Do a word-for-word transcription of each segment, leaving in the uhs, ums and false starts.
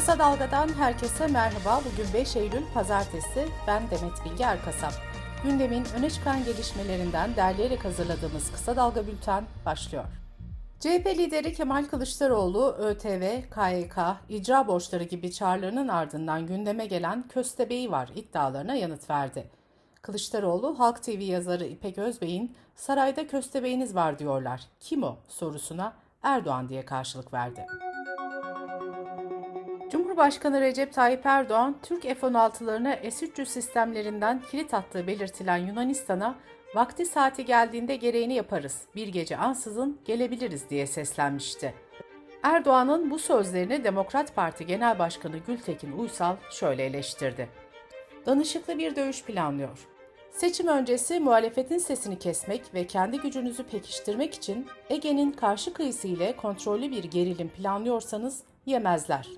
Kısa Dalga'dan herkese merhaba. Bugün beş Eylül Pazartesi. Ben Demet Bilge Erkasap. Gündemin öne çıkan gelişmelerinden derleyerek hazırladığımız Kısa Dalga Bülten başlıyor. C H P lideri Kemal Kılıçdaroğlu, ÖTV, K Y K, icra borçları gibi çağrılarının ardından gündeme gelen köstebeği var iddialarına yanıt verdi. Kılıçdaroğlu, Halk T V yazarı İpek Özbey'in "Sarayda köstebeğiniz var diyorlar, kim o?" sorusuna Erdoğan diye karşılık verdi. Cumhurbaşkanı Recep Tayyip Erdoğan, Türk F on altılarına S üç yüz sistemlerinden kilit attığı belirtilen Yunanistan'a "Vakti saati geldiğinde gereğini yaparız, bir gece ansızın gelebiliriz" diye seslenmişti. Erdoğan'ın bu sözlerini Demokrat Parti Genel Başkanı Gültekin Uysal şöyle eleştirdi. Danışıklı bir dövüş planlıyor. Seçim öncesi muhalefetin sesini kesmek ve kendi gücünüzü pekiştirmek için Ege'nin karşı kıyısı ile kontrollü bir gerilim planlıyorsanız yemezler.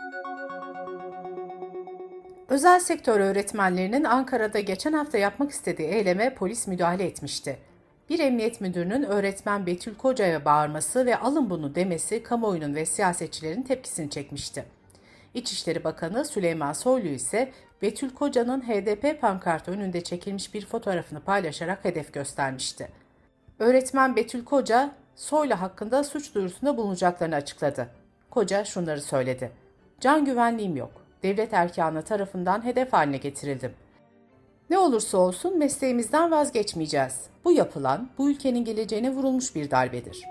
Özel sektör öğretmenlerinin Ankara'da geçen hafta yapmak istediği eyleme polis müdahale etmişti. Bir emniyet müdürünün öğretmen Betül Koca'ya bağırması ve "alın bunu" demesi kamuoyunun ve siyasetçilerin tepkisini çekmişti. İçişleri Bakanı Süleyman Soylu ise Betül Koca'nın H D P pankartı önünde çekilmiş bir fotoğrafını paylaşarak hedef göstermişti. Öğretmen Betül Koca, Soylu hakkında suç duyurusunda bulunacaklarını açıkladı. Koca şunları söyledi. "Can güvenliğim yok. Devlet erkanı tarafından hedef haline getirildim. Ne olursa olsun mesleğimizden vazgeçmeyeceğiz. Bu yapılan, bu ülkenin geleceğine vurulmuş bir darbedir."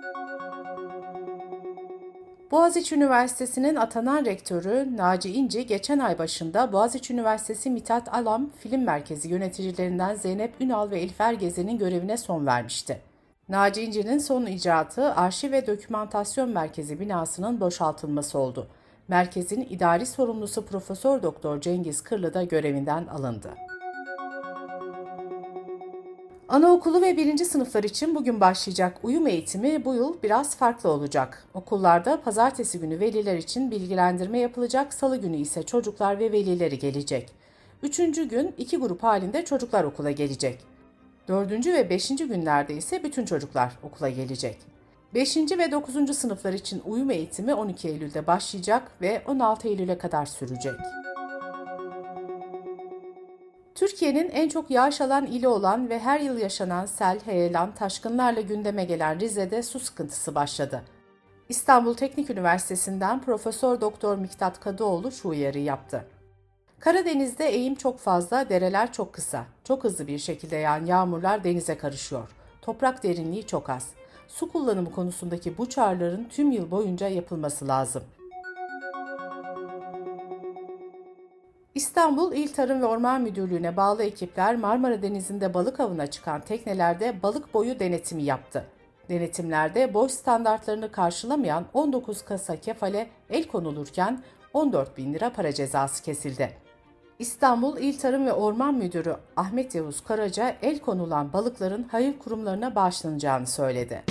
Boğaziçi Üniversitesi'nin atanan rektörü Naci İnci, geçen ay başında Boğaziçi Üniversitesi Mithat Alam Film Merkezi yöneticilerinden Zeynep Ünal ve Elif Ergezen'in görevine son vermişti. Naci İnci'nin son icraatı Arşiv ve Dokümantasyon Merkezi binasının boşaltılması oldu. Merkezin idari sorumlusu Profesör Doktor Cengiz Kırlı da görevinden alındı. Anaokulu ve birinci sınıflar için bugün başlayacak uyum eğitimi bu yıl biraz farklı olacak. Okullarda pazartesi günü veliler için bilgilendirme yapılacak, salı günü ise çocuklar ve velileri gelecek. Üçüncü gün iki grup halinde çocuklar okula gelecek. Dördüncü ve beşinci günlerde ise bütün çocuklar okula gelecek. beşinci ve dokuzuncu sınıflar için uyum eğitimi on iki Eylül'de başlayacak ve on altı Eylül'e kadar sürecek. Türkiye'nin en çok yağış alan ili olan ve her yıl yaşanan sel, heyelan, taşkınlarla gündeme gelen Rize'de su sıkıntısı başladı. İstanbul Teknik Üniversitesi'nden Profesör Doktor Miktat Kadıoğlu şu uyarıyı yaptı. Karadeniz'de eğim çok fazla, dereler çok kısa. Çok hızlı bir şekilde yağan yağmurlar denize karışıyor. Toprak derinliği çok az. Su kullanımı konusundaki bu çağrıların tüm yıl boyunca yapılması lazım. İstanbul İl Tarım ve Orman Müdürlüğü'ne bağlı ekipler Marmara Denizi'nde balık avına çıkan teknelerde balık boyu denetimi yaptı. Denetimlerde boy standartlarını karşılamayan on dokuz kasa kefale el konulurken on dört bin lira para cezası kesildi. İstanbul İl Tarım ve Orman Müdürü Ahmet Yavuz Karaca el konulan balıkların hayır kurumlarına bağışlanacağını söyledi.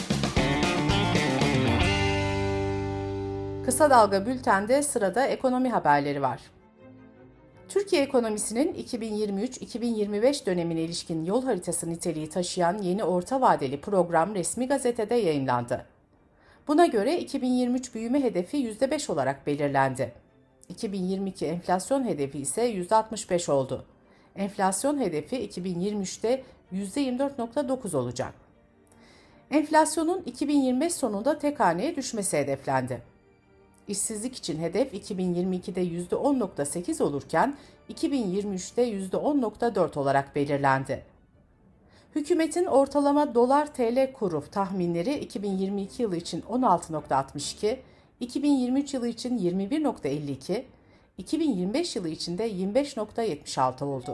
Kısa Dalga Bülten'de sırada ekonomi haberleri var. Türkiye ekonomisinin iki bin yirmi üç iki bin yirmi beş dönemine ilişkin yol haritası niteliği taşıyan yeni orta vadeli program resmi gazetede yayımlandı. Buna göre iki bin yirmi üç büyüme hedefi yüzde beş olarak belirlendi. iki bin yirmi iki enflasyon hedefi ise yüzde altmış beş oldu. Enflasyon hedefi iki bin yirmi üçte yüzde yirmi dört virgül dokuz olacak. Enflasyonun iki bin yirmi beş sonunda tek haneye düşmesi hedeflendi. İşsizlik için hedef iki bin yirmi ikide yüzde on virgül sekiz olurken iki bin yirmi üçte yüzde on virgül dört olarak belirlendi. Hükümetin ortalama dolar-T L kuru tahminleri iki bin yirmi iki yılı için on altı virgül altmış iki, iki bin yirmi üç yılı için yirmi bir virgül elli iki, iki bin yirmi beş yılı için de yirmi beş virgül yetmiş altı oldu.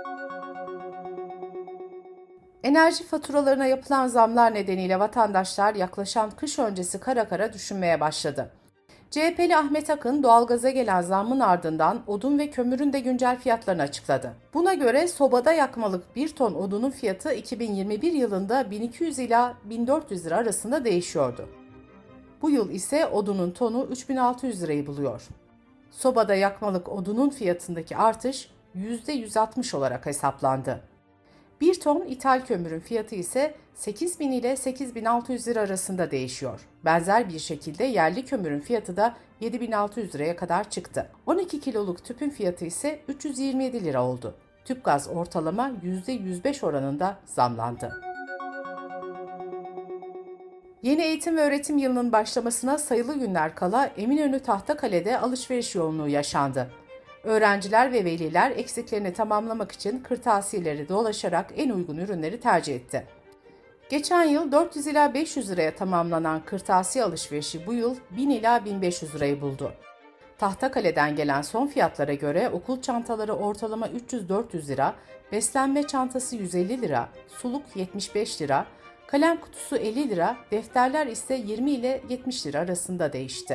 Enerji faturalarına yapılan zamlar nedeniyle vatandaşlar yaklaşan kış öncesi kara kara düşünmeye başladı. C H P'li Ahmet Akın doğalgaza gelen zammın ardından odun ve kömürün de güncel fiyatlarını açıkladı. Buna göre sobada yakmalık bir ton odunun fiyatı iki bin yirmi bir yılında bin iki yüz ila bin dört yüz lira arasında değişiyordu. Bu yıl ise odunun tonu üç bin altı yüz lirayı buluyor. Sobada yakmalık odunun fiyatındaki artış yüzde yüz altmış olarak hesaplandı. Bir ton ithal kömürün fiyatı ise sekiz bin ile sekiz bin altı yüz lira arasında değişiyor. Benzer bir şekilde yerli kömürün fiyatı da yedi bin altı yüz liraya kadar çıktı. on iki kiloluk tüpün fiyatı ise üç yüz yirmi yedi lira oldu. Tüpgaz ortalama yüzde yüz beş oranında zamlandı. Yeni eğitim ve öğretim yılının başlamasına sayılı günler kala Eminönü Tahtakale'de alışveriş yoğunluğu yaşandı. Öğrenciler ve veliler eksiklerini tamamlamak için kırtasiyeleri dolaşarak en uygun ürünleri tercih etti. Geçen yıl dört yüz ila beş yüz liraya tamamlanan kırtasiye alışverişi bu yıl bin ila bin beş yüz lirayı buldu. Tahtakale'den gelen son fiyatlara göre okul çantaları ortalama üç yüz dört yüz lira, beslenme çantası yüz elli lira, suluk yetmiş beş lira, kalem kutusu elli lira, defterler ise yirmi ile yetmiş lira arasında değişti.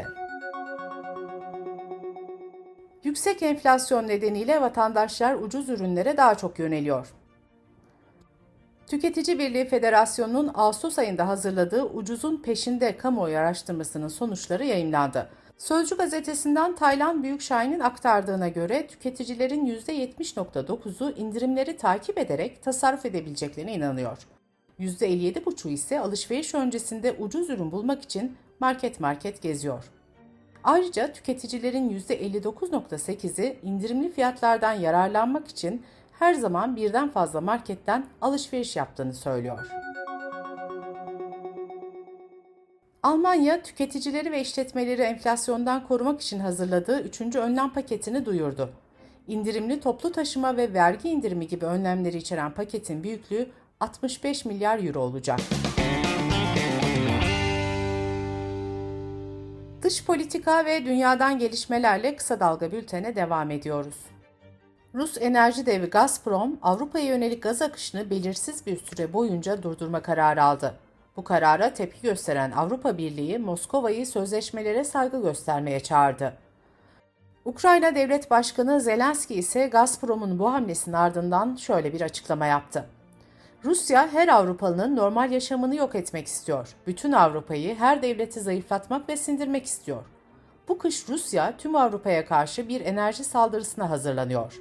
Yüksek enflasyon nedeniyle vatandaşlar ucuz ürünlere daha çok yöneliyor. Tüketici Birliği Federasyonu'nun Ağustos ayında hazırladığı Ucuzun Peşinde kamuoyu araştırmasının sonuçları yayımlandı. Sözcü gazetesinden Taylan Büyükşahin'in aktardığına göre tüketicilerin yüzde yetmiş virgül dokuzu indirimleri takip ederek tasarruf edebileceklerine inanıyor. yüzde elli yedi virgül beşi ise alışveriş öncesinde ucuz ürün bulmak için market market geziyor. Ayrıca tüketicilerin yüzde elli dokuz virgül sekizi indirimli fiyatlardan yararlanmak için her zaman birden fazla marketten alışveriş yaptığını söylüyor. Almanya, tüketicileri ve işletmeleri enflasyondan korumak için hazırladığı üçüncü önlem paketini duyurdu. İndirimli toplu taşıma ve vergi indirimi gibi önlemleri içeren paketin büyüklüğü altmış beş milyar euro olacak. Dış politika ve dünyadan gelişmelerle kısa dalga bültene devam ediyoruz. Rus enerji devi Gazprom, Avrupa'ya yönelik gaz akışını belirsiz bir süre boyunca durdurma kararı aldı. Bu karara tepki gösteren Avrupa Birliği, Moskova'yı sözleşmelere saygı göstermeye çağırdı. Ukrayna Devlet Başkanı Zelenski ise Gazprom'un bu hamlesinin ardından şöyle bir açıklama yaptı. Rusya her Avrupalı'nın normal yaşamını yok etmek istiyor. Bütün Avrupa'yı, her devleti zayıflatmak ve sindirmek istiyor. Bu kış Rusya tüm Avrupa'ya karşı bir enerji saldırısına hazırlanıyor.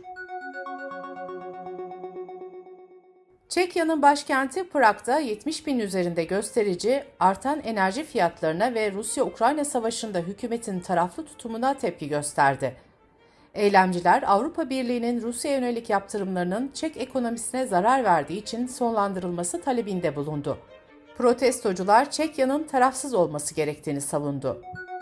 Çekya'nın başkenti Prag'da yetmiş bin üzerinde gösterici artan enerji fiyatlarına ve Rusya-Ukrayna savaşında hükümetin taraflı tutumuna tepki gösterdi. Eylemciler Avrupa Birliği'nin Rusya'ya yönelik yaptırımlarının Çek ekonomisine zarar verdiği için sonlandırılması talebinde bulundu. Protestocular Çekya'nın tarafsız olması gerektiğini savundu.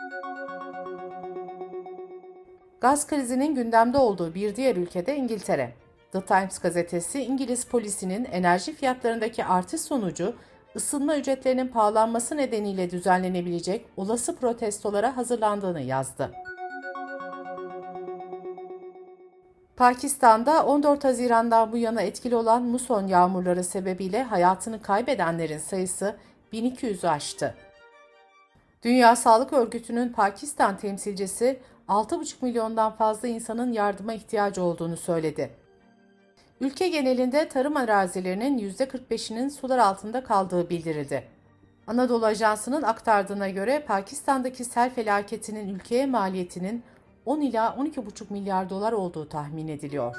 Gaz krizinin gündemde olduğu bir diğer ülkede İngiltere. The Times gazetesi İngiliz polisinin enerji fiyatlarındaki artış sonucu ısınma ücretlerinin pahalanması nedeniyle düzenlenebilecek olası protestolara hazırlandığını yazdı. Pakistan'da on dört Haziran'dan bu yana etkili olan muson yağmurları sebebiyle hayatını kaybedenlerin sayısı bin iki yüzü aştı. Dünya Sağlık Örgütü'nün Pakistan temsilcisi altı buçuk milyondan fazla insanın yardıma ihtiyacı olduğunu söyledi. Ülke genelinde tarım arazilerinin yüzde kırk beşinin sular altında kaldığı bildirildi. Anadolu Ajansı'nın aktardığına göre Pakistan'daki sel felaketinin ülkeye maliyetinin on ila on iki buçuk milyar dolar olduğu tahmin ediliyor.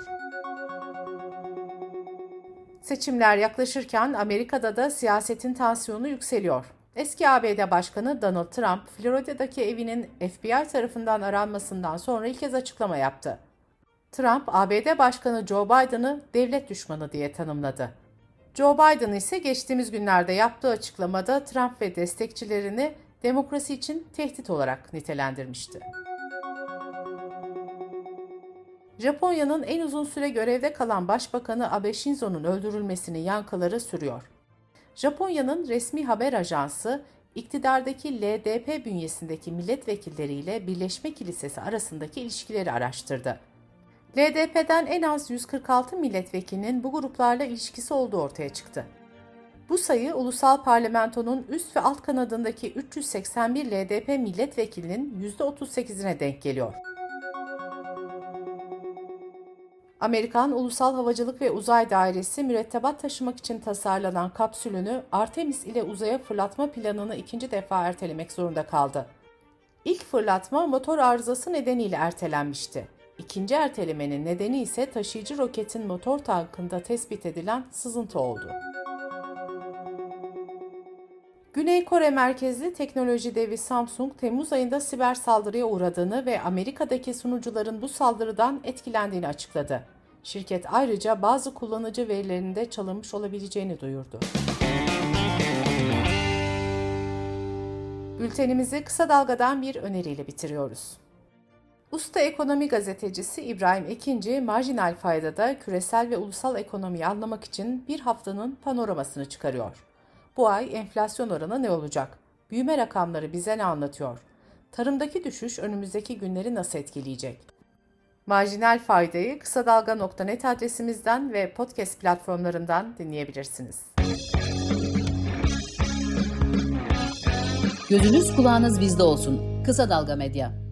Seçimler yaklaşırken Amerika'da da siyasetin tansiyonu yükseliyor. Eski A B D Başkanı Donald Trump, Florida'daki evinin F B I tarafından aranmasından sonra ilk kez açıklama yaptı. Trump, A B D Başkanı Joe Biden'ı devlet düşmanı diye tanımladı. Joe Biden ise geçtiğimiz günlerde yaptığı açıklamada Trump ve destekçilerini demokrasi için tehdit olarak nitelendirmişti. Japonya'nın en uzun süre görevde kalan Başbakanı Abe Shinzo'nun öldürülmesinin yankıları sürüyor. Japonya'nın resmi haber ajansı, iktidardaki L D P bünyesindeki milletvekilleriyle Birleşme Kilisesi arasındaki ilişkileri araştırdı. L D P'den en az yüz kırk altı milletvekilinin bu gruplarla ilişkisi olduğu ortaya çıktı. Bu sayı Ulusal Parlamento'nun üst ve alt kanadındaki üç yüz seksen bir L D P milletvekilinin yüzde otuz sekizine denk geliyor. Amerikan Ulusal Havacılık ve Uzay Dairesi mürettebat taşımak için tasarlanan kapsülünü Artemis ile uzaya fırlatma planını ikinci defa ertelemek zorunda kaldı. İlk fırlatma motor arızası nedeniyle ertelenmişti. İkinci ertelemenin nedeni ise taşıyıcı roketin motor tankında tespit edilen sızıntı oldu. Güney Kore merkezli teknoloji devi Samsung, Temmuz ayında siber saldırıya uğradığını ve Amerika'daki sunucuların bu saldırıdan etkilendiğini açıkladı. Şirket ayrıca bazı kullanıcı verilerinde çalınmış olabileceğini duyurdu. Bültenimizi kısa dalgadan bir öneriyle bitiriyoruz. Usta ekonomi gazetecisi İbrahim Ekinci, marjinal faydada küresel ve ulusal ekonomiyi anlamak için bir haftanın panoramasını çıkarıyor. Bu ay enflasyon oranı ne olacak? Büyüme rakamları bize ne anlatıyor? Tarımdaki düşüş önümüzdeki günleri nasıl etkileyecek? Marjinal faydayı kısa dalga nokta net adresimizden ve podcast platformlarından dinleyebilirsiniz. Gözünüz kulağınız bizde olsun. Kısa Dalga Medya.